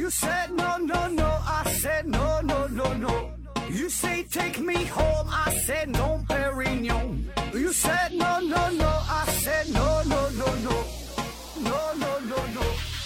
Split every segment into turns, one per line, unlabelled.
said no, no, no, I said no, no, no, no. You say take me home, I said no, Perignon. You said no, no, no, I said no, no, no, no. No, no, no, no.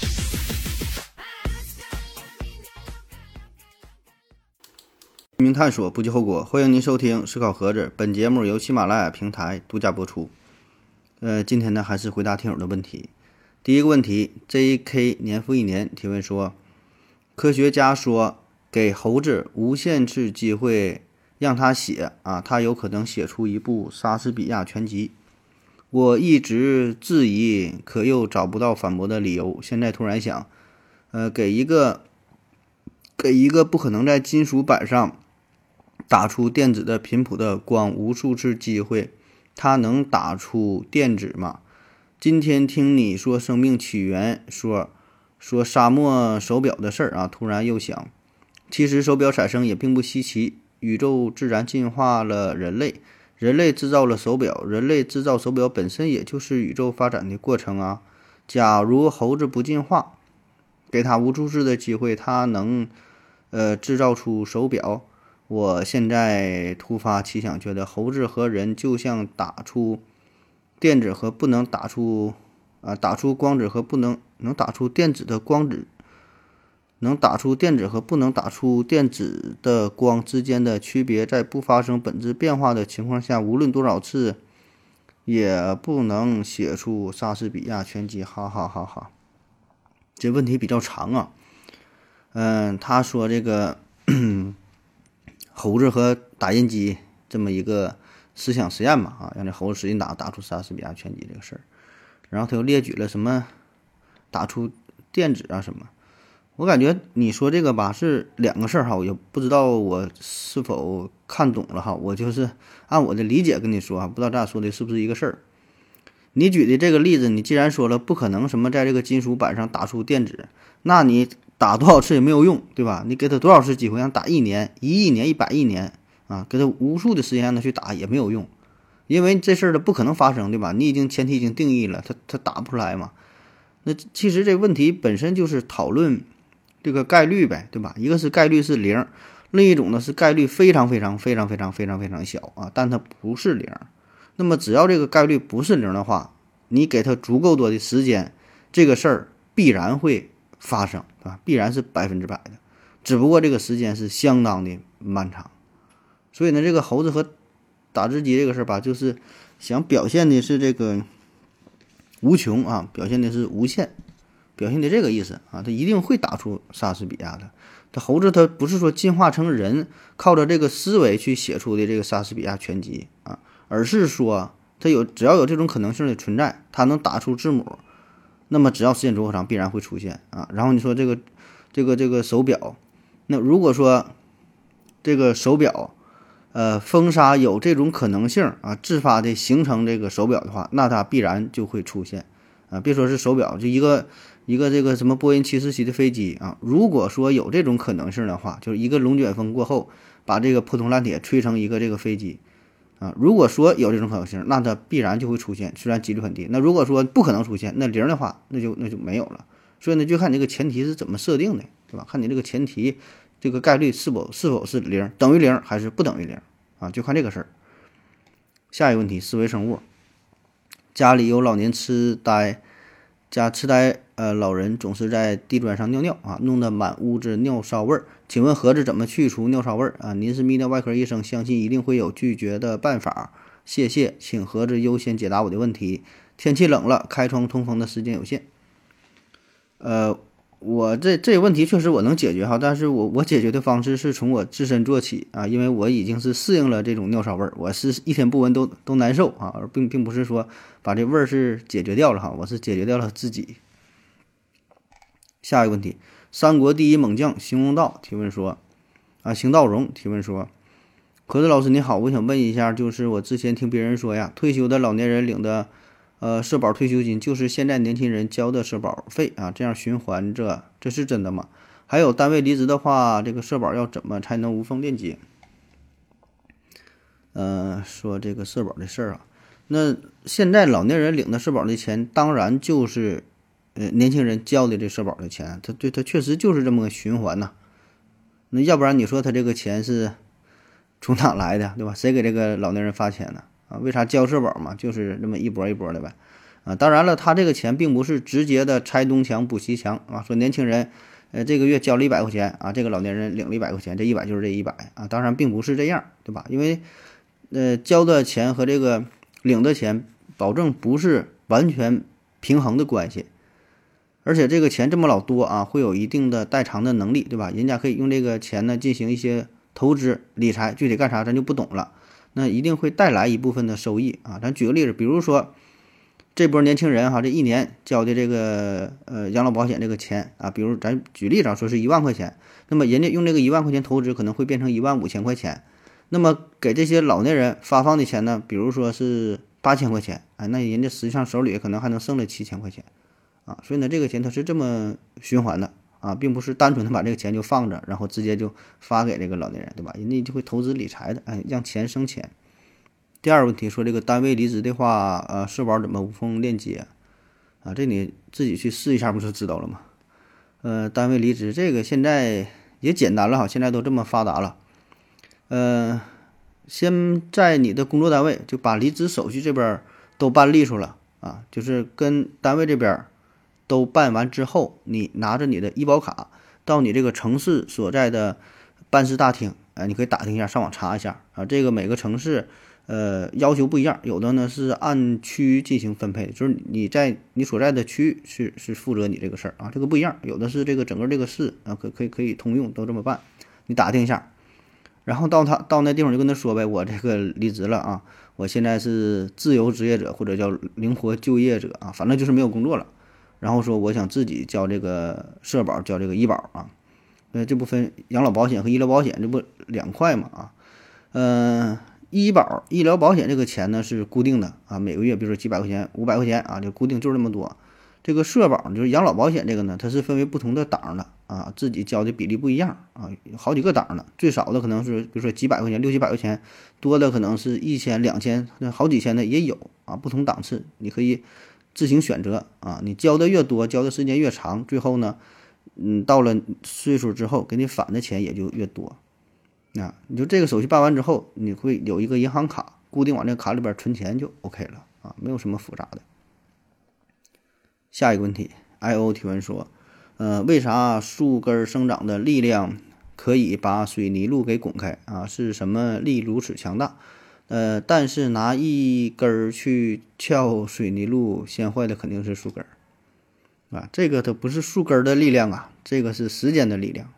公民探索不计后果，欢迎您收听思考盒子。本节目由喜马拉雅平台独家播出。今天呢还是回答听友的问题。第一个问题 ，JK 年复一年提问说，科学家说给猴子无限次机会让他写啊，他有可能写出一部莎士比亚全集。我一直质疑，可又找不到反驳的理由。现在突然想，给一个不可能在金属板上打出电子的频谱的光无数次机会，它能打出电子吗？今天听你说生命起源，说沙漠手表的事儿啊，突然又想，其实手表产生也并不稀奇，宇宙自然进化了人类，人类制造了手表，人类制造手表本身也就是宇宙发展的过程啊。假如猴子不进化，给它无数次的机会，它能制造出手表。我现在突发奇想，觉得猴子和人就像打出电子和不能打出打出光子和不能打出电子的光子，能打出电子和不能打出电子的光之间的区别，在不发生本质变化的情况下，无论多少次也不能写出莎士比亚全集，哈哈哈哈。这问题比较长啊。他说这个猴子和打印机这么一个思想实验嘛，让这猴子使劲打出莎士比亚全集这个事儿，然后他又列举了什么打出电子啊什么。我感觉你说这个吧是两个事儿哈，我也不知道我是否看懂了哈，我就是按我的理解跟你说哈，不知道咱俩说的是不是一个事儿。你举的这个例子，你既然说了不可能什么在这个金属板上打出电子，那你打多少次也没有用，对吧？你给他多少次机会，让打1年、1亿年、100亿年啊，给他无数的时间让他去打也没有用，因为这事儿的不可能发生，对吧？你前提已经定义了，他打不出来嘛。那其实这问题本身就是讨论这个概率呗，对吧？一个是概率是0，另一种呢是概率非常非常非常非常非常非常小啊，但它不是0。那么只要这个概率不是0的话，你给它足够多的时间，这个事儿必然会发生啊，必然是100%的，只不过这个时间是相当的漫长。所以呢，这个猴子和打字机这个事儿吧，就是想表现的是这个无穷啊，表现的是无限，表现的这个意思啊，它一定会打出莎士比亚的。它猴子它不是说进化成人，靠着这个思维去写出的这个莎士比亚全集啊，而是说它只要有这种可能性的存在，它能打出字母，那么只要时间足够长，必然会出现啊。然后你说这个手表，那如果说这个手表风沙有这种可能性啊，自发的形成这个手表的话，那它必然就会出现啊。别说是手表，就一个这个什么波音747的飞机啊，如果说有这种可能性的话，就是一个龙卷风过后，把这个破铜烂铁吹成一个这个飞机啊。如果说有这种可能性，那它必然就会出现，虽然几率很低。那如果说不可能出现，那0的话，那就没有了。所以呢，就看你这个前提是怎么设定的，对吧？看你这个前提，这个概率是否是0，等于0还是不等于0啊？就看这个事儿。下一个问题，思维生物，家里有老年痴呆。老人总是在地砖上尿尿啊，弄得满屋子尿骚味儿。请问盒子怎么去除尿骚味儿啊？您是泌尿外科医生，相信一定会有拒绝的办法。谢谢，请盒子优先解答我的问题。天气冷了，开窗通风的时间有限。我这个问题确实我能解决哈，但是我解决的方式是从我自身做起啊，因为我已经是适应了这种尿骚味儿，我是一天不闻都难受啊，而并不是说把这味儿是解决掉了哈，我是解决掉了自己。下一个问题，三国第一猛将邢荣道提问说邢道荣提问说，壳子老师你好，我想问一下，就是我之前听别人说呀，退休的老年人领的社保退休金就是现在年轻人交的社保费啊，这样循环着，这是真的吗？还有单位离职的话，这个社保要怎么才能无缝链接？说这个社保的事儿啊，那现在老年人领的社保的钱，当然就是年轻人交的这社保的钱，他确实就是这么个循环呐。那要不然你说他这个钱是从哪来的，对吧？谁给这个老年人发钱呢？啊，为啥交社保嘛？就是这么一波一波的呗。啊，当然了，他这个钱并不是直接的拆东墙补西墙啊。说年轻人，这个月交了100块钱啊，这个老年人领了100块钱，这100就是这100啊。当然并不是这样，对吧？因为交的钱和这个领的钱，保证不是完全平衡的关系。而且这个钱这么老多啊，会有一定的代偿的能力，对吧？人家可以用这个钱呢进行一些投资理财，具体干啥咱就不懂了。那一定会带来一部分的收益啊。咱举个例子，比如说这波年轻人哈，这一年交的这个养老保险这个钱啊，比如咱举例子说是1万块钱，那么人家用这个1万块钱投资可能会变成15000块钱。那么给这些老年人发放的钱呢，比如说是8000块钱，哎，那人家实际上手里可能还能剩了7000块钱。啊，所以呢，这个钱它是这么循环的啊，并不是单纯的把这个钱就放着，然后直接就发给这个老年人，对吧？人家就会投资理财的，哎，让钱生钱。第二个问题说这个单位离职的话，社保怎么无缝链接啊？这你自己去试一下不就知道了吗？单位离职这个现在也简单了哈，现在都这么发达了。先在你的工作单位就把离职手续这边都办利索了啊，就是跟单位这边都办完之后，你拿着你的医保卡到你这个城市所在的办事大厅，你可以打听一下，上网查一下啊。这个每个城市要求不一样，有的呢是按区进行分配，就是你在你所在的区域是负责你这个事儿啊，这个不一样，有的是这个整个这个市啊可以通用，都这么办。你打听一下，然后到那地方就跟他说呗，我这个离职了啊，我现在是自由职业者或者叫灵活就业者啊，反正就是没有工作了。然后说我想自己交这个社保，交这个医保啊，这部分养老保险和医疗保险这不2块嘛啊，医保医疗保险这个钱呢是固定的啊，每个月比如说几百块钱、500块钱啊，就固定就是这么多。这个社保就是养老保险这个呢，它是分为不同的档的啊，自己交的比例不一样啊，好几个档的，最少的可能是比如说几百块钱、600-700块钱，多的可能是1000、2000、好几千的也有啊，不同档次你可以自行选择啊，你交的越多，交的时间越长，最后呢，到了岁数之后，给你返的钱也就越多。啊，你就这个手续办完之后，你会有一个银行卡，固定往这个卡里边存钱就 OK 了啊，没有什么复杂的。下一个问题 ，IO 提问说，为啥树根生长的力量可以把水泥路给拱开啊？是什么力如此强大？但是拿一根儿去撬水泥路，先坏的肯定是树根儿啊！这个它不是树根儿的力量啊，这个是时间的力量。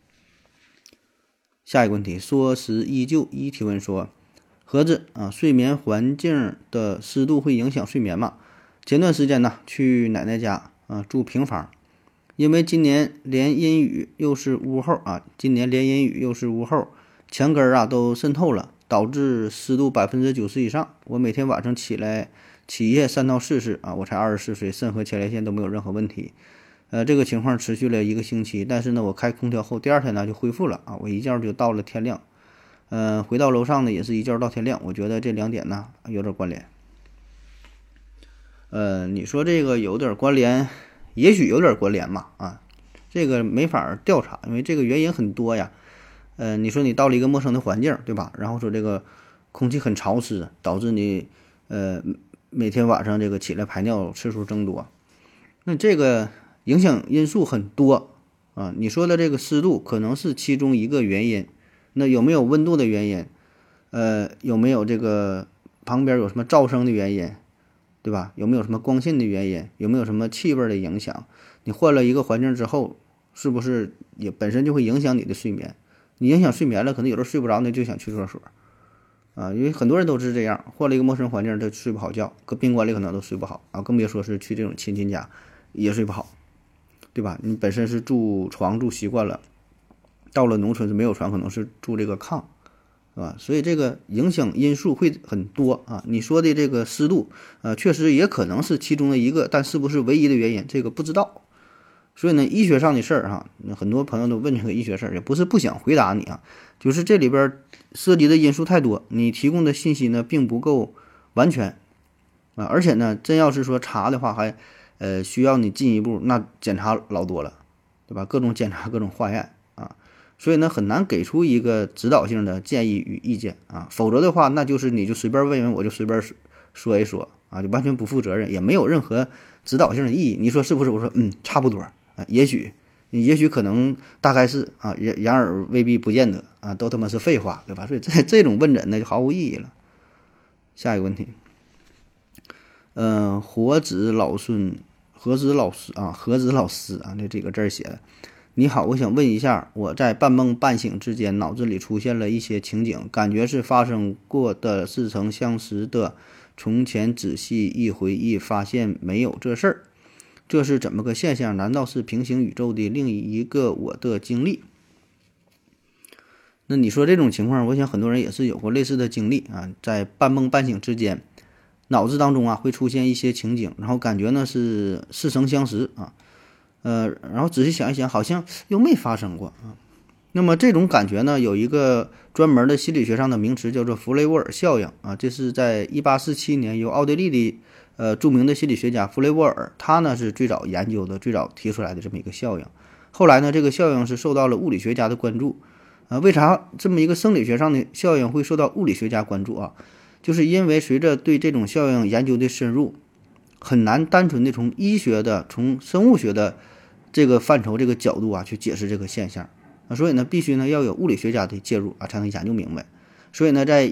下一个问题，说时依旧一提问说，盒子啊，睡眠环境的湿度会影响睡眠吗？前段时间呢，去奶奶家啊住平房，因为今年连阴雨又是屋后啊，墙根啊都渗透了。导致湿度90%以上，我每天晚上起夜3到4次啊，我才24岁，肾和前列腺都没有任何问题。这个情况持续了1个星期，但是呢，我开空调后第2天呢就恢复了啊，我一觉就到了天亮。回到楼上呢也是一觉到天亮，我觉得这2点呢有点关联。你说这个有点关联，也许有点关联嘛啊，这个没法调查，因为这个原因很多呀。你说你到了一个陌生的环境，对吧？然后说这个空气很潮湿，导致你每天晚上这个起来排尿次数增多，那这个影响因素很多啊。你说的这个湿度可能是其中一个原因，那有没有温度的原因？有没有这个旁边有什么噪声的原因，对吧？有没有什么光线的原因？有没有什么气味的影响？你换了一个环境之后，是不是也本身就会影响你的睡眠？你影响睡眠了，可能有时候睡不着，那就想去厕所啊，因为很多人都是这样，换了一个陌生环境，他睡不好觉，搁宾馆里可能都睡不好啊，更别说是去这种亲戚家也睡不好，对吧？你本身是住床住习惯了，到了农村是没有床，可能是住这个炕，啊，所以这个影响因素会很多啊。你说的这个湿度，确实也可能是其中的一个，但是不是唯一的原因，这个不知道。所以呢，医学上的事儿哈，很多朋友都问这个医学事儿，也不是不想回答你啊，就是这里边涉及的因素太多，你提供的信息呢并不够完全啊，而且呢，真要是说查的话， 需要你进一步那检查老多了，对吧？各种检查，各种化验啊，所以呢很难给出一个指导性的建议与意见啊，否则的话那就是你就随便问问我就随便说一说啊，就完全不负责任，也没有任何指导性的意义。你说是不是？我说差不多啊，也许可能大概是啊，然而未必不见得啊，都他妈是废话，对吧？所以这种问诊呢就毫无意义了。下一个问题，何子老师啊，这几个字儿写的。你好，我想问一下，我在半梦半醒之间，脑子里出现了一些情景，感觉是发生过的似曾相识的，从前仔细一回忆，发现没有这事儿，这是怎么个现象？难道是平行宇宙的另一个我的经历？那你说这种情况，我想很多人也是有过类似的经历啊，在半梦半醒之间，脑子当中会出现一些情景，然后感觉呢是似曾相识啊。然后仔细想一想，好像又没发生过啊。那么这种感觉呢，有一个专门的心理学上的名词叫做弗雷沃尔效应啊。这是在1847年由奥地利的著名的心理学家弗雷沃尔，他呢是最早研究的、最早提出来的这么一个效应。后来呢，这个效应是受到了物理学家的关注啊。为啥这么一个生理学上的效应会受到物理学家关注啊？就是因为随着对这种效应研究的深入，很难单纯的从医学的、从生物学的这个范畴、这个角度去解释这个现象啊，所以呢，必须呢要有物理学家的介入才能研究明白。所以呢，在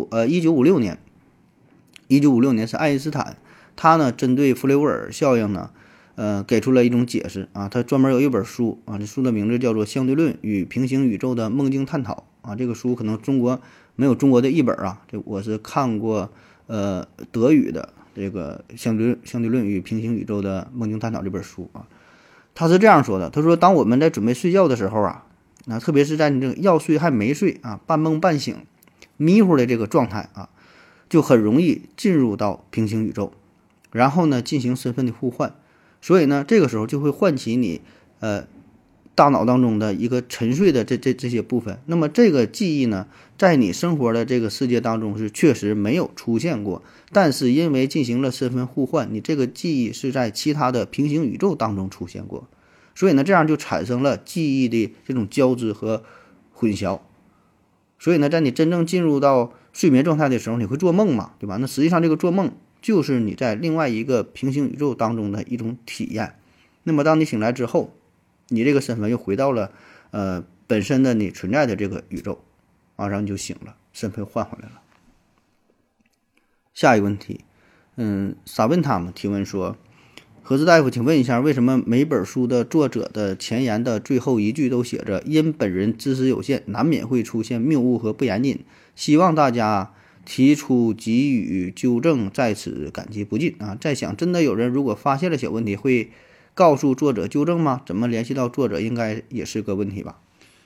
1956年是爱因斯坦，他呢针对弗雷沃尔效应呢，给出了一种解释啊。他专门有一本书啊，这书的名字叫做《相对论与平行宇宙的梦境探讨》啊。这个书可能中国没有中国的译本啊，这我是看过德语的这个相对论与平行宇宙的梦境探讨这本书啊。他是这样说的，他说当我们在准备睡觉的时候啊，那特别是在你这个要睡还没睡啊，半梦半醒迷糊的这个状态啊，就很容易进入到平行宇宙，然后呢进行身份的互换，所以呢这个时候就会唤起你大脑当中的一个沉睡的这些部分。那么这个记忆呢，在你生活的这个世界当中是确实没有出现过，但是因为进行了身份互换，你这个记忆是在其他的平行宇宙当中出现过，所以呢这样就产生了记忆的这种交织和混淆。所以呢在你真正进入到睡眠状态的时候，你会做梦嘛，对吧？那实际上这个做梦就是你在另外一个平行宇宙当中的一种体验。那么当你醒来之后，你这个身份又回到了本身的你存在的这个宇宙啊，然后你就醒了，身份换回来了。下一个问题，萨问他们提问说，何子大夫，请问一下，为什么每本书的作者的前言的最后一句都写着因本人知识有限，难免会出现谬误和不严谨，希望大家提出给予纠正，在此感激不尽啊。在想真的有人如果发现了小问题会告诉作者纠正吗？怎么联系到作者应该也是个问题吧。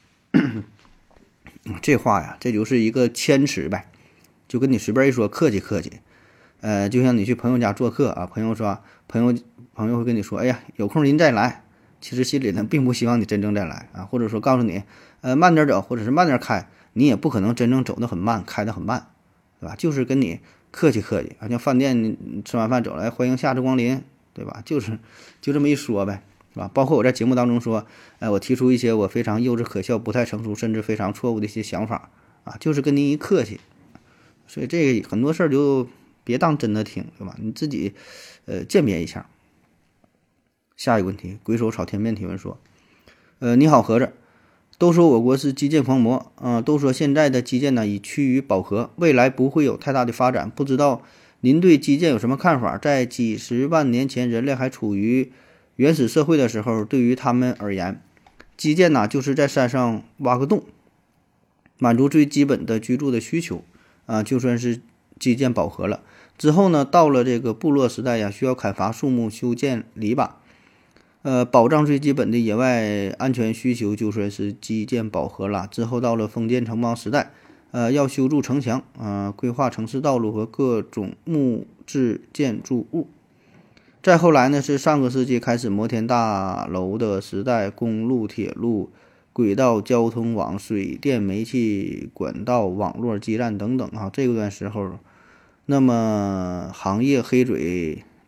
这话呀，这就是一个谦词呗，就跟你随便一说，客气客气。就像你去朋友家做客啊，朋友会跟你说，哎呀，有空您再来，其实心里呢并不希望你真正再来啊，或者说告诉你，慢点走，或者是慢点开，你也不可能真正走得很慢，开得很慢，对吧？就是跟你客气客气啊，像饭店吃完饭走来，欢迎下次光临，对吧？就这么一说呗，是吧？包括我在节目当中说，我提出一些我非常幼稚可笑、不太成熟，甚至非常错误的一些想法啊，就是跟您一客气。所以这很多事儿就别当真的听，对吧？你自己鉴别一下。下一个问题，鬼手炒天面提问说，你好盒子，都说我国是基建狂魔都说现在的基建呢已趋于饱和，未来不会有太大的发展，不知道您对基建有什么看法？在几十万年前人类还处于原始社会的时候，对于他们而言，基建呢就是在山上挖个洞，满足最基本的居住的需求就算是基建饱和了之后呢，到了这个部落时代呀，需要砍伐树木、修建篱笆，保障最基本的野外安全需求，就算是基建饱和了。之后到了封建城邦时代，要修筑城墙，规划城市道路和各种木质建筑物。再后来呢，是上个世纪开始摩天大楼的时代，公路、铁路、轨道交通网、水电、煤气管道、网络基站等等这个段时候，那么行业黑嘴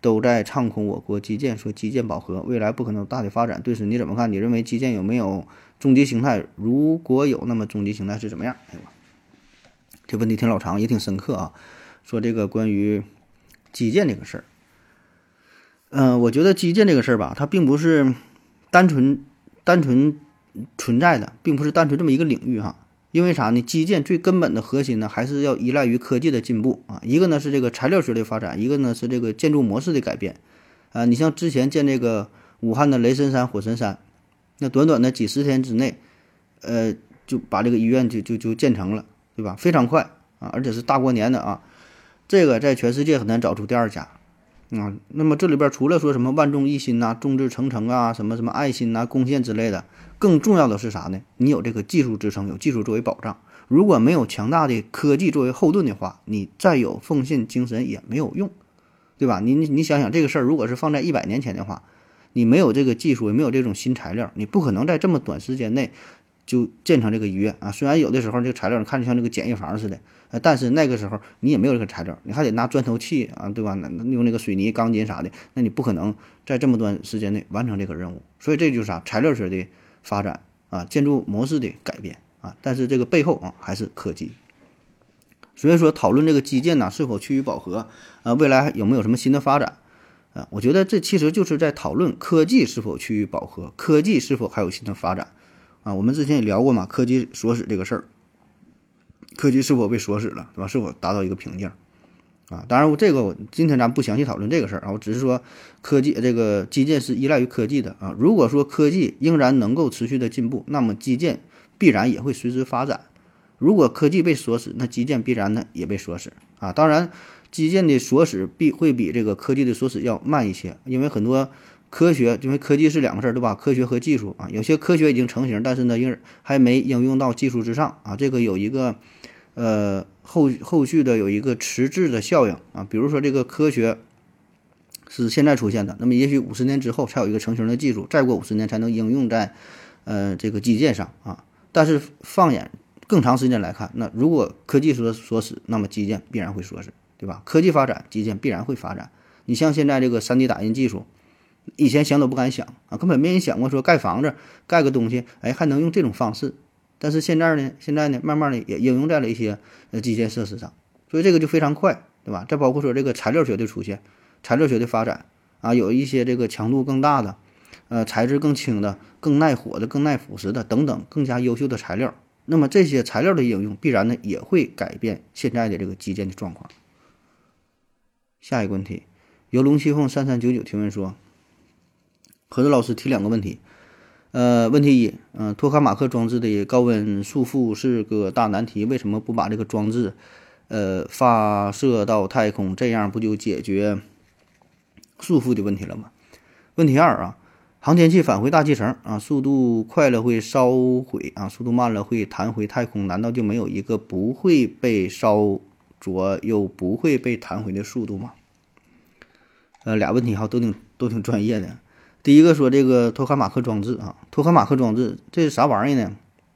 都在唱空我国基建，说基建饱和，未来不可能有大的发展。对此你怎么看？你认为基建有没有终极形态？如果有，那么终极形态是怎么样？哎吧，这问题挺老长，也挺深刻啊。说这个关于基建这个事儿，我觉得基建这个事儿吧，它并不是单纯存在的，并不是单纯这么一个领域哈。因为啥呢？基建最根本的核心呢，还是要依赖于科技的进步啊。一个呢是这个材料学的发展，一个呢是这个建筑模式的改变啊。你像之前建这个武汉的雷神山、火神山，那短短的几十天之内，就把这个医院就建成了，对吧？非常快啊，而且是大过年的啊。这个在全世界很难找出第二家啊。那么这里边除了说什么万众一心呐、众志成城啊、什么什么爱心呐、贡献之类的，更重要的是啥呢？你有这个技术支撑，有技术作为保障。如果没有强大的科技作为后盾的话，你再有奉献精神也没有用，对吧？你想想这个事儿，如果是放在100年前的话，你没有这个技术，也没有这种新材料，你不可能在这么短时间内就建成这个医院啊。虽然有的时候这个材料看着像这个简易房似的，但是那个时候你也没有这个材料，你还得拿砖头砌啊，对吧？用那个水泥、钢筋啥的，那你不可能在这么短时间内完成这个任务。所以这就是啥？材料学的发展啊，建筑模式的改变啊，但是这个背后啊还是科技。所以说讨论这个基建呢是否趋于饱和啊，未来有没有什么新的发展啊？我觉得这其实就是在讨论科技是否趋于饱和，科技是否还有新的发展啊。我们之前也聊过嘛，科技锁死这个事儿，科技是否被锁死了，对吧？是否达到一个瓶颈啊？当然这个我今天咱不详细讨论这个事儿啊，我只是说科技这个基建是依赖于科技的啊。如果说科技仍然能够持续的进步，那么基建必然也会随之发展。如果科技被锁死，那基建必然呢也被锁死啊。当然，基建的锁死会比这个科技的锁死要慢一些，因为很多科学，因为科技是两个事儿，对吧？科学和技术啊，有些科学已经成型，但是呢，还没应用到技术之上啊。这个有一个后续的有一个迟滞的效应啊。比如说这个科学是现在出现的，那么也许50年之后才有一个成型的技术，再过50年才能应用在这个基建上啊。但是放眼更长时间来看，那如果科技锁死，那么基建必然会锁死，对吧？科技发展，基建必然会发展。你像现在这个 3D 打印技术，以前想都不敢想啊，根本没人想过说盖房子盖个东西，哎，还能用这种方式。但是现在呢，慢慢的也应用在了一些基建设施上，所以这个就非常快，对吧？再包括说这个材料学的出现，材料学的发展啊，有一些这个强度更大的，材质更轻的、更耐火的、更耐腐蚀的等等更加优秀的材料。那么这些材料的应用必然呢也会改变现在的这个基建的状况。下一个问题，由龙西凤3399提问说，何子老师提2个问题。问题一，托卡马克装置的高温束缚是个大难题，为什么不把这个装置发射到太空，这样不就解决束缚的问题了吗？问题2啊，航天器返回大气层啊，速度快了会烧毁啊，速度慢了会弹回太空，难道就没有一个不会被烧灼又不会被弹回的速度吗？俩问题哈，都挺专业的。第一个说这个托卡马克装置啊，托卡马克装置这是啥玩意儿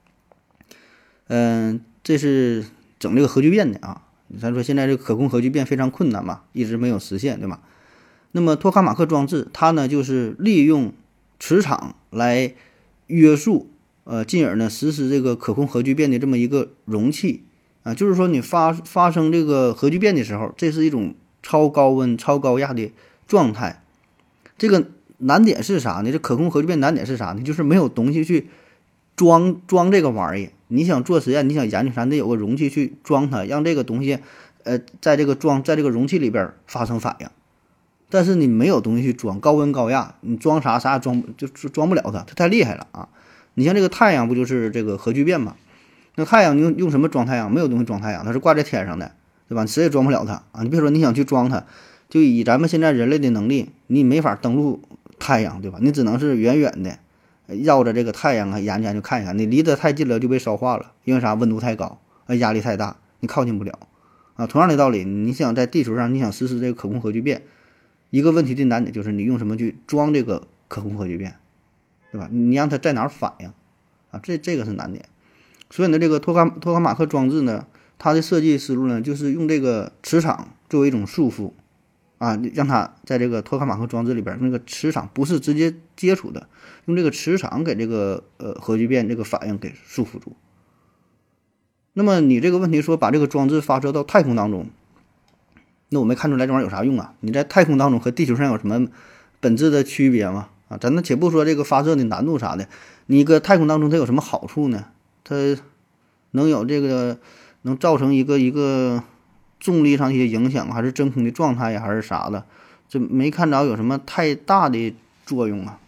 呢？这是整这个核聚变的啊。咱说现在这个可控核聚变非常困难嘛，一直没有实现，对吧？那么托卡马克装置它呢就是利用磁场来约束进而呢实施这个可控核聚变的这么一个容器啊。就是说你发生这个核聚变的时候，这是一种超高温超高压的状态。这个难点是啥呢？这可控核聚变难点是啥呢？就是没有东西去装这个玩意儿。你想做实验，你想研究啥，得有个容器去装它，让这个东西在这个容器里边发生反应。但是你没有东西去装，高温高压，你装啥也装不了它太厉害了啊！你像这个太阳不就是这个核聚变嘛？那太阳你用什么装太阳？没有东西装太阳，它是挂在天上的，对吧？谁也装不了它啊！你别说你想去装它，就以咱们现在人类的能力，你没法登陆太阳，对吧？你只能是远远的绕着这个太阳啊研究看一看，你离得太近了就被烧化了，因为啥？温度太高，压力太大，你靠近不了啊。同样的道理，你想在地球上你想实施这个可控核聚变，一个问题的难点就是你用什么去装这个可控核聚变，对吧？你让它在哪儿反应啊？这个是难点。所以呢，这个托卡马克装置呢，它的设计思路呢，就是用这个磁场作为一种束缚啊，让它在这个托卡马克装置里边那个磁场不是直接接触的，用这个磁场给这个核聚变这个反应给束缚住。那么你这个问题说把这个装置发射到太空当中，那我没看出来这玩意儿有啥用啊？你在太空当中和地球上有什么本质的区别吗？啊，咱们且不说这个发射的难度啥的，你搁太空当中它有什么好处呢？它能有这个能造成一个重力上一些影响，还是真空的状态呀，还是啥的？这没看着有什么太大的作用啊。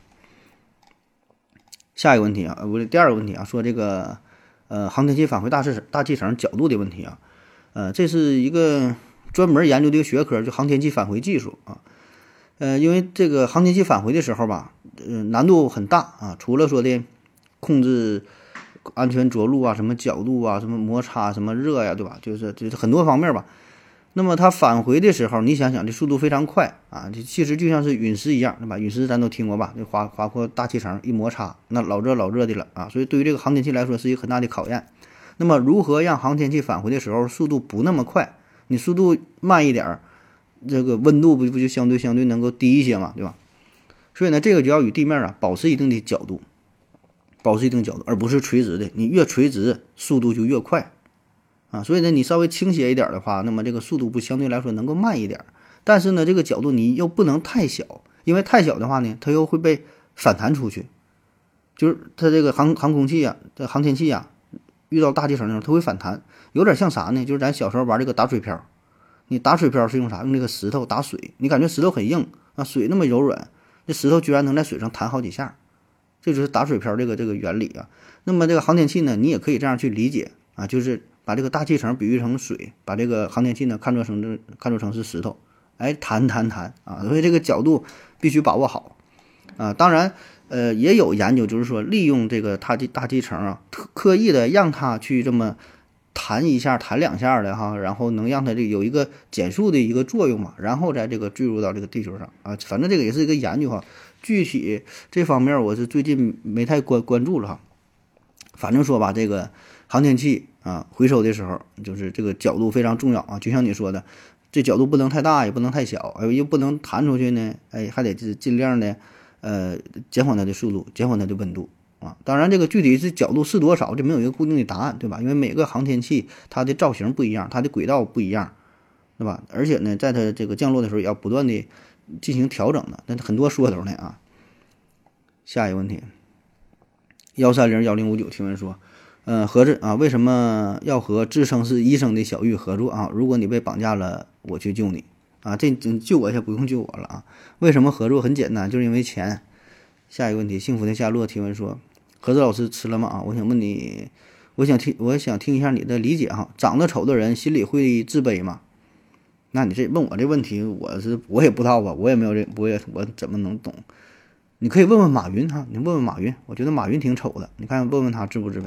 下一个问题啊，不是第二个问题啊，说这个航天器返回大气层角度的问题啊，这是一个专门研究的一个学科，就航天器返回技术啊。因为这个航天器返回的时候吧，难度很大啊，除了说的控制安全着陆啊，什么角度啊，什么摩擦，什么热呀，对吧？就是很多方面吧。那么它返回的时候，你想想，这速度非常快啊，这其实就像是陨石一样，对吧？陨石咱都听过吧？就划破大气层一摩擦，那老热的了啊。所以对于这个航天器来说是一个很大的考验。那么如何让航天器返回的时候速度不那么快？你速度慢一点，这个温度不就相对能够低一些嘛，对吧？所以呢，这个就要与地面啊保持一定的角度，而不是垂直的。你越垂直，速度就越快啊。所以呢，你稍微倾斜一点的话，那么这个速度不相对来说能够慢一点。但是呢，这个角度你又不能太小，因为太小的话呢，它又会被反弹出去。就是它这个航空器啊，这航天器啊，遇到大气层的时候，它会反弹，有点像啥呢？就是咱小时候玩这个打水漂。你打水漂是用啥？用这个石头打水，你感觉石头很硬啊，水那么柔软，这石头居然能在水上弹好几下，这就是打水漂这个原理啊。那么这个航天器呢，你也可以这样去理解啊，就是把这个大气层比喻成水，把这个航天器呢看作成是石头，哎，弹啊，所以这个角度必须把握好啊。当然，也有研究就是说利用这个大气层啊，刻意的让它去这么弹一下弹两下的哈，然后能让它这有一个减速的一个作用嘛，然后再这个坠入到这个地球上啊。反正这个也是一个研究哈，具体这方面我是最近没太关注了哈。反正说吧，这个航天器啊回收的时候，就是这个角度非常重要啊。就像你说的，这角度不能太大，也不能太小，又不能弹出去呢，哎，还得尽量的减缓它的速度，减缓它的温度。啊，当然，这个具体是角度是多少，这没有一个固定的答案，对吧？因为每个航天器它的造型不一样，它的轨道不一样，对吧？而且呢，在它这个降落的时候也要不断的进行调整的，那很多说头呢啊。下一个问题，1301059提问说，盒子啊，为什么要和自称是医生的小玉合作啊？如果你被绑架了，我去救你啊！这救我一下不用救我了啊？为什么合作？很简单，就是因为钱。下一个问题，幸福的夏洛提问说，何子老师吃了吗？啊，我想问你，我想听一下你的理解哈。长得丑的人心里会自卑吗？那你这问我这问题，我也不知道吧，我怎么能懂？你可以问问马云哈，你问问马云，我觉得马云挺丑的，你看问问他自不自卑。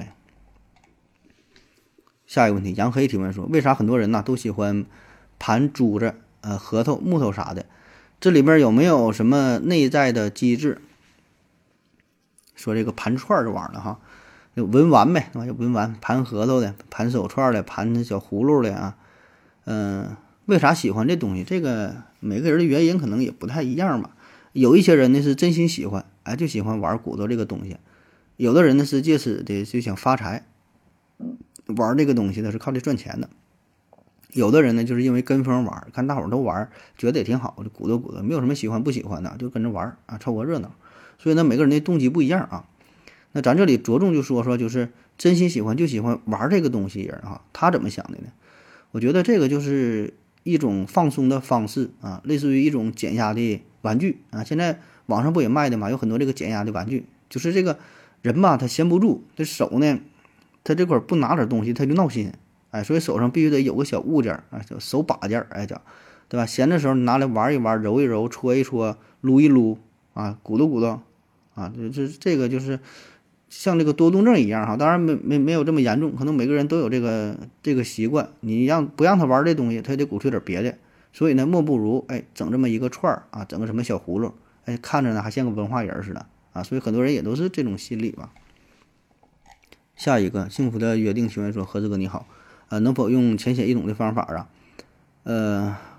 下一个问题，杨黑提问说，为啥很多人呢都喜欢盘珠子、核桃、木头啥的？这里边有没有什么内在的机制？说这个盘串这玩意儿的哈，文玩呗，对吧？文玩盘核桃的，盘手串的，盘小葫芦的啊。为啥喜欢这东西？这个每个人的原因可能也不太一样吧。有一些人呢是真心喜欢，哎，就喜欢玩骨头这个东西；有的人呢是借此的就想发财，玩这个东西呢是靠这赚钱的。有的人呢就是因为跟风玩，看大伙儿都玩，觉得也挺好，就鼓捣，没有什么喜欢不喜欢的，就跟着玩啊，凑个热闹。所以呢，每个人的动机不一样啊。那咱这里着重就说，就是真心喜欢就喜欢玩这个东西人啊，他怎么想的呢？我觉得这个就是一种放松的方式啊，类似于一种减压的玩具啊。现在网上不也卖的嘛，有很多这个减压的玩具，就是这个人吧，他闲不住，这手呢，他这块不拿点东西他就闹心，哎，所以手上必须得有个小物件啊，叫手把件，哎叫，对吧？闲的时候你拿来玩一玩，揉一揉，搓一搓，撸一撸啊，鼓捣啊，这个就是像这个多动症一样哈，当然没有这么严重，可能每个人都有这个习惯。你不让他玩这东西，他得鼓吹点别的。所以呢，莫不如哎整这么一个串儿啊，整个什么小葫芦，哎看着呢还像个文化人似的啊。所以很多人也都是这种心理吧。下一个幸福的约定提问说：何志哥你好，能否用浅显易懂的方法啊，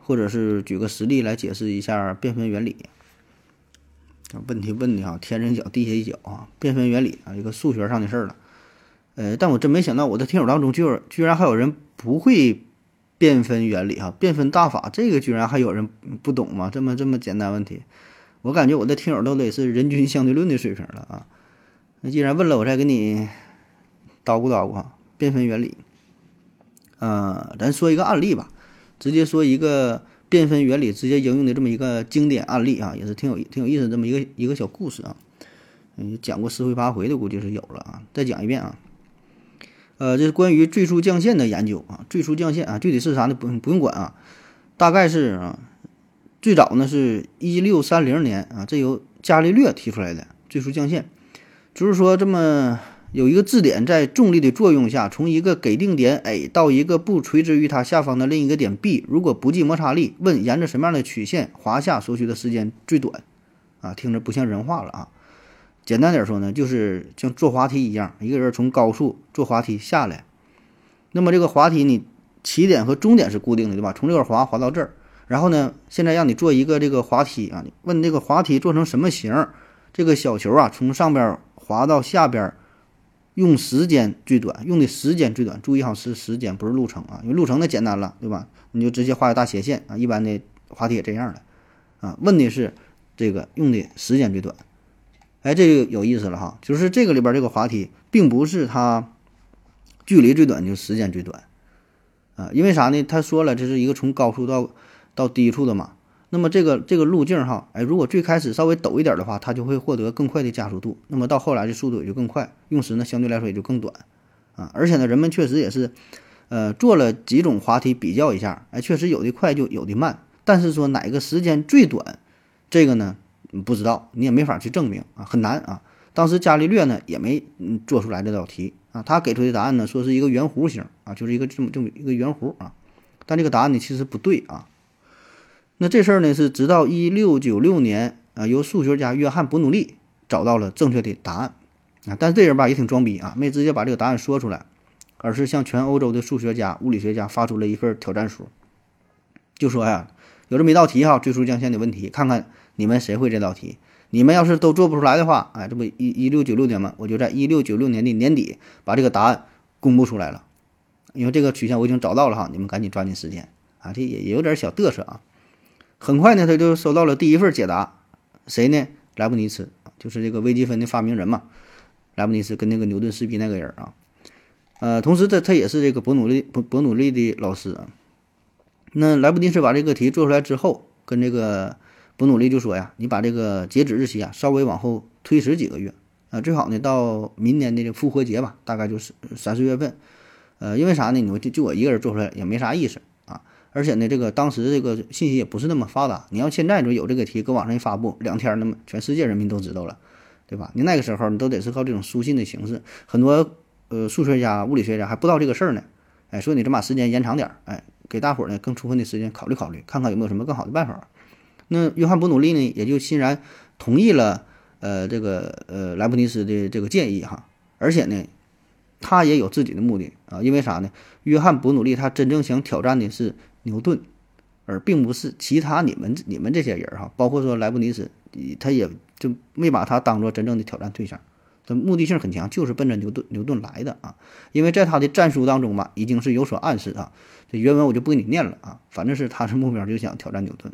或者是举个实例来解释一下变分原理。问题问的哈，天上一脚地下一脚啊，变分原理啊，一个数学上的事儿了。但我真没想到我的听友当中居然还有人不会变分原理哈，变分大法这个居然还有人不懂吗？这么简单问题，我感觉我的听友都得是人均相对论的水平了啊。那既然问了，我再给你叨咕叨咕哈，变分原理。咱说一个案例吧，直接说一个变分原理直接应用的这么一个经典案例啊，也是挺有意思的这么一个小故事啊。讲过10回8回的估计是有了啊，再讲一遍啊。这是关于最初降线的研究啊。最初降线啊，具体是啥呢？不用管啊，大概是啊，最早呢是1630年啊，这由伽利略提出来的最初降线，就是说这么有一个质点在重力的作用下，从一个给定点 A 到一个不垂直于它下方的另一个点 B， 如果不计摩擦力，问沿着什么样的曲线滑下所需的时间最短啊？听着不像人话了啊。简单点说呢，就是像坐滑梯一样，一个人从高处坐滑梯下来，那么这个滑梯你起点和终点是固定的，对吧？从这个滑到这儿，然后呢，现在让你做一个这个滑梯啊，问这个滑梯做成什么形？这个小球啊，从上边滑到下边，用的时间最短。注意好是时间，不是路程啊，因为路程那简单了，对吧？你就直接画个大斜线啊，一般的滑梯也这样的啊。问的是这个用的时间最短。这个有意思了哈，就是这个里边这个滑梯并不是它距离最短，就是时间最短啊。因为啥呢？他说了，这是一个从高处到低处的嘛。那么这个路径哈，如果最开始稍微陡一点的话，它就会获得更快的加速度。那么到后来的速度也就更快，用时呢相对来说也就更短啊。而且呢，人们确实也是做了几种滑梯比较一下，确实有的快就有的慢。但是说哪个时间最短，这个呢？不知道，你也没法去证明啊，很难啊。当时伽利略呢也没做出来这道题啊，他给出的答案呢说是一个圆弧形啊，就是一个这么一个圆弧啊，但这个答案呢其实不对啊。那这事儿呢是直到1696年啊，由数学家约翰·伯努利找到了正确的答案啊，但是这人吧也挺装逼啊，没直接把这个答案说出来，而是向全欧洲的数学家、物理学家发出了一份挑战书，就说呀，有这么一道题哈，最初降线的问题，看看你们谁会这道题？你们要是都做不出来的话，这不1696年嘛，我就在1696年的年底把这个答案公布出来了。因为这个曲线我已经找到了哈，你们赶紧抓紧时间啊！这也有点小嘚瑟啊。很快呢，他就收到了第一份解答，谁呢？莱布尼茨，就是这个微积分的发明人嘛。莱布尼茨跟那个牛顿撕逼那个人啊。同时他也是这个伯努利的老师啊。那莱布尼茨把这个题做出来之后，跟这个伯努利就说呀，你把这个截止日期啊稍微往后推迟几个月啊，最好呢到明年的这个复活节吧，大概就是3、4月份。因为啥呢？你说就我一个人做出来也没啥意思啊，而且呢，这个当时这个信息也不是那么发达。你要现在就有这个题搁网上一发布，2天那么全世界人民都知道了，对吧？你那个时候你都得是靠这种书信的形式，很多数学家、物理学家还不知道这个事儿呢。所以你这把时间延长点，给大伙儿呢更充分的时间考虑考虑，看看有没有什么更好的办法。那约翰·伯努利呢，也就欣然同意了莱布尼茨的这个建议哈，而且呢，他也有自己的目的啊，因为啥呢？约翰·伯努利他真正想挑战的是牛顿，而并不是其他你们这些人哈，包括说莱布尼茨，他也就没把他当做真正的挑战对象，他目的性很强，就是奔着牛顿来的啊。因为在他的战书当中吧，已经是有所暗示啊，这原文我就不给你念了啊，反正是他是目标就想挑战牛顿。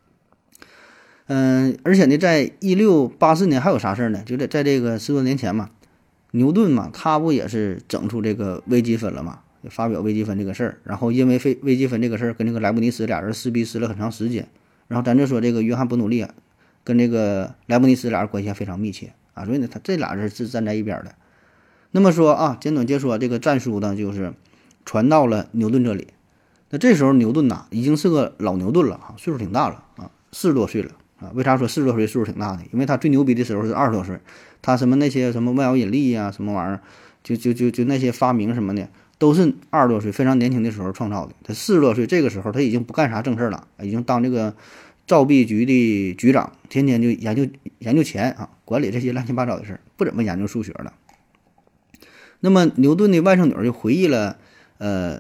而且呢，在1684年还有啥事儿呢？就在这个10多年前嘛，牛顿嘛，他不也是整出这个微积分了嘛，发表微积分这个事儿，然后因为微积分这个事儿跟这个莱布尼茨俩人撕逼撕了很长时间，然后咱就说这个约翰·伯努利啊，跟这个莱布尼茨俩人关系还非常密切啊，所以呢，他这俩人是站在一边的。那么说啊，简短截说，这个战书呢，就是传到了牛顿这里。那这时候牛顿呐，已经是个老牛顿了哈，岁数挺大了啊，40多岁了。为啥说40多岁岁数挺大的？因为他最牛逼的时候是20多岁，他什么那些什么万有引力呀，什么玩意儿，就那些发明什么的，都是20多岁非常年轻的时候创造的。他40多岁这个时候他已经不干啥正事了，已经当这个造币局的局长，天天就研究钱啊，管理这些乱七八糟的事儿，不怎么研究数学了。那么牛顿的外甥女就回忆了，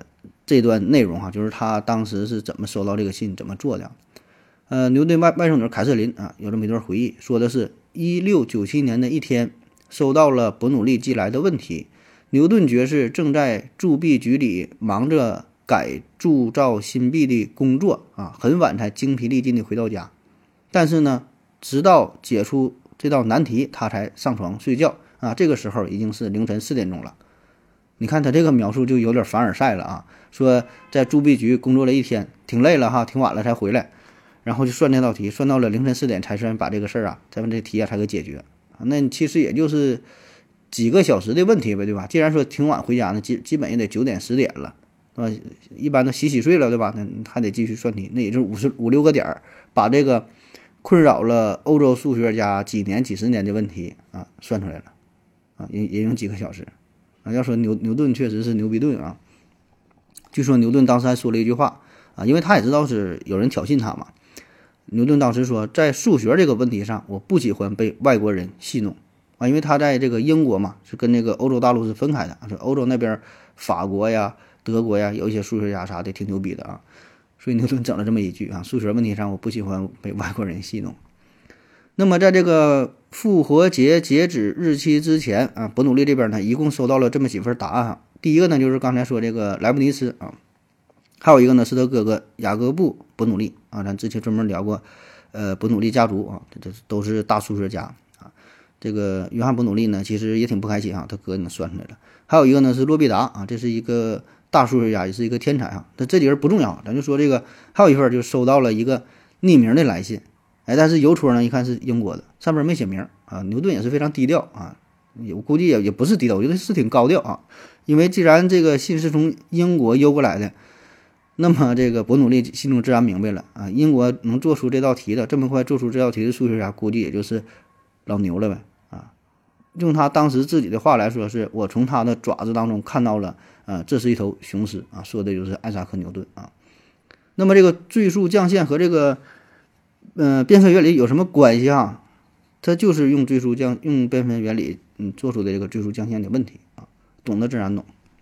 这段内容就是他当时是怎么收到这个信，怎么做的。牛顿外甥女凯瑟琳有这么一段回忆，说的是1697年的一天，收到了伯努利寄来的问题。牛顿爵士正在铸币局里忙着改铸造新币的工作很晚才精疲力尽地回到家。但是呢，直到解出这道难题，他才上床睡觉这个时候已经是凌晨4点钟了。你看他这个描述就有点凡尔赛了说在铸币局工作了一天，挺累了挺晚了才回来，然后就算这道题，算到了凌晨4点才算把这个事儿才把这题才给解决那其实也就是几个小时的问题呗，对吧？既然说挺晚回家呢，基本也得9点10点了，一般都洗睡了，对吧？那还得继续算题，那也就是5、6个点把这个困扰了欧洲数学家几十年的问题算出来了也用几个小时要说牛顿确实是牛逼顿据说牛顿当时还说了一句话因为他也知道是有人挑衅他嘛。牛顿当时说，在数学这个问题上，我不喜欢被外国人戏弄因为他在这个英国嘛，是跟这个欧洲大陆是分开的欧洲那边法国呀、德国呀，有一些数学家啥的挺牛逼的所以牛顿整了这么一句数学问题上我不喜欢被外国人戏弄。那么在这个复活节截止日期之前伯努利这边呢，一共收到了这么几份答案第一个呢，就是刚才说这个莱布尼茨还有一个呢是他哥哥雅各布伯努利咱之前专门聊过伯努利家族这都是大数学家这个约翰伯努利呢其实也挺不开心他哥呢算出来了。还有一个呢是洛必达这是一个大数学家，也是一个天才但这几人不重要，咱就说这个还有一份就收到了一个匿名的来信但是邮戳呢一看是英国的，上面没写名牛顿也是非常低调我估计也不是低调，我觉得是挺高调因为既然这个信是从英国邮过来的，那么这个伯努利心中自然明白了英国能做出这道题的，这么快做出这道题的数学家，估计也就是老牛了呗用他当时自己的话来说，是我从他的爪子当中看到了这是一头雄狮说的就是艾萨克牛顿那么这个最速降线和这个变分原理有什么关系它就是用变分原理做出的这个最速降线的问题懂得自然懂。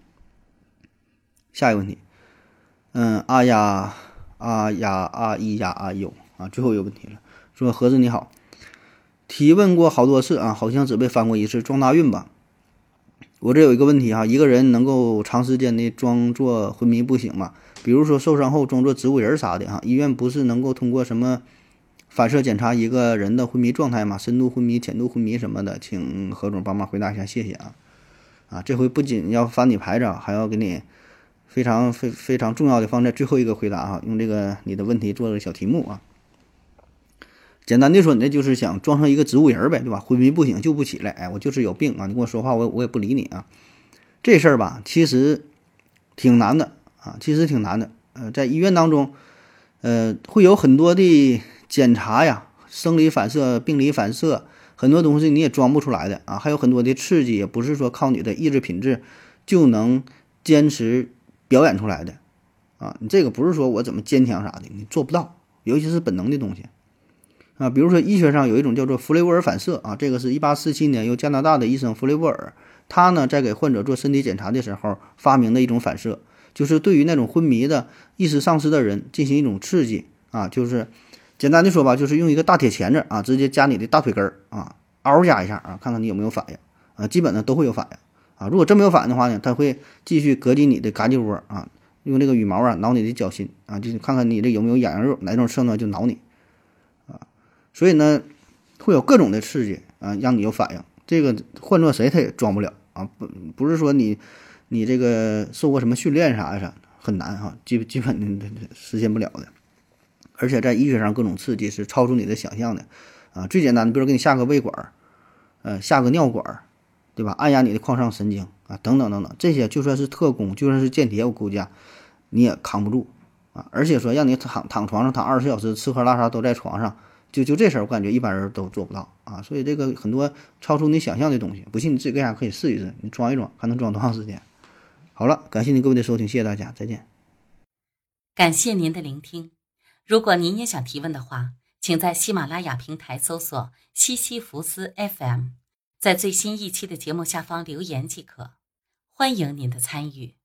下一个问题啊呀啊呀啊咿呀啊哟最后一个问题了，说盒子你好，提问过好多次好像只被翻过一次，撞大运吧。我这有一个问题一个人能够长时间的装作昏迷不醒吗？比如说受伤后装作植物人啥的医院不是能够通过什么反射检查一个人的昏迷状态吗？深度昏迷、浅度昏迷什么的，请何总帮忙回答一下，谢谢这回不仅要翻你牌子还要给你非常重要的放在最后一个回答用这个你的问题做个小题目简单的说，你就是想装上一个植物人呗，对吧？昏迷不醒就不起来，我就是有病你跟我说话我也不理你这事儿吧其实挺难的在医院当中会有很多的检查呀，生理反射、病理反射，很多东西你也装不出来的还有很多的刺激，也不是说靠你的意志品质就能坚持表演出来的你这个不是说我怎么坚强啥的，你做不到，尤其是本能的东西比如说医学上有一种叫做弗雷沃尔反射这个是1847年由加拿大的医生弗雷沃尔，他呢在给患者做身体检查的时候发明的一种反射，就是对于那种昏迷的意识丧失的人进行一种刺激就是简单的说吧，就是用一个大铁钳子直接夹你的大腿根嗷夹一下看看你有没有反应基本呢都会有反应如果真没有反应的话呢，他会继续隔击你的嘎吱窝用这个羽毛挠你的脚心就是看看你这有没有痒痒肉，哪种刺呢就挠你所以呢会有各种的刺激让你有反应，这个换做谁他也装不了不是说你这个受过什么训练啥的很难基本实现不了的。而且在医学上各种刺激是超出你的想象的最简单的比如给你下个胃管下个尿管对吧，按压你的眶上神经等等等等，这些就算是特工就算是间谍，我估计你也扛不住而且说让你躺床上躺24小时，吃喝拉撒都在床上，就这事儿我感觉一般人都做不到所以这个很多超出你想象的东西，不信你自己搁家可以试一试，你装一装看能装多长时间。好了，感谢您各位的收听，谢谢大家，再见。
感谢您的聆听。如果您也想提问的话，请在喜马拉雅平台搜索西西弗斯 FM， 在最新一期的节目下方留言即可。欢迎您的参与。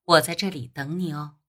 我在这里等你哦。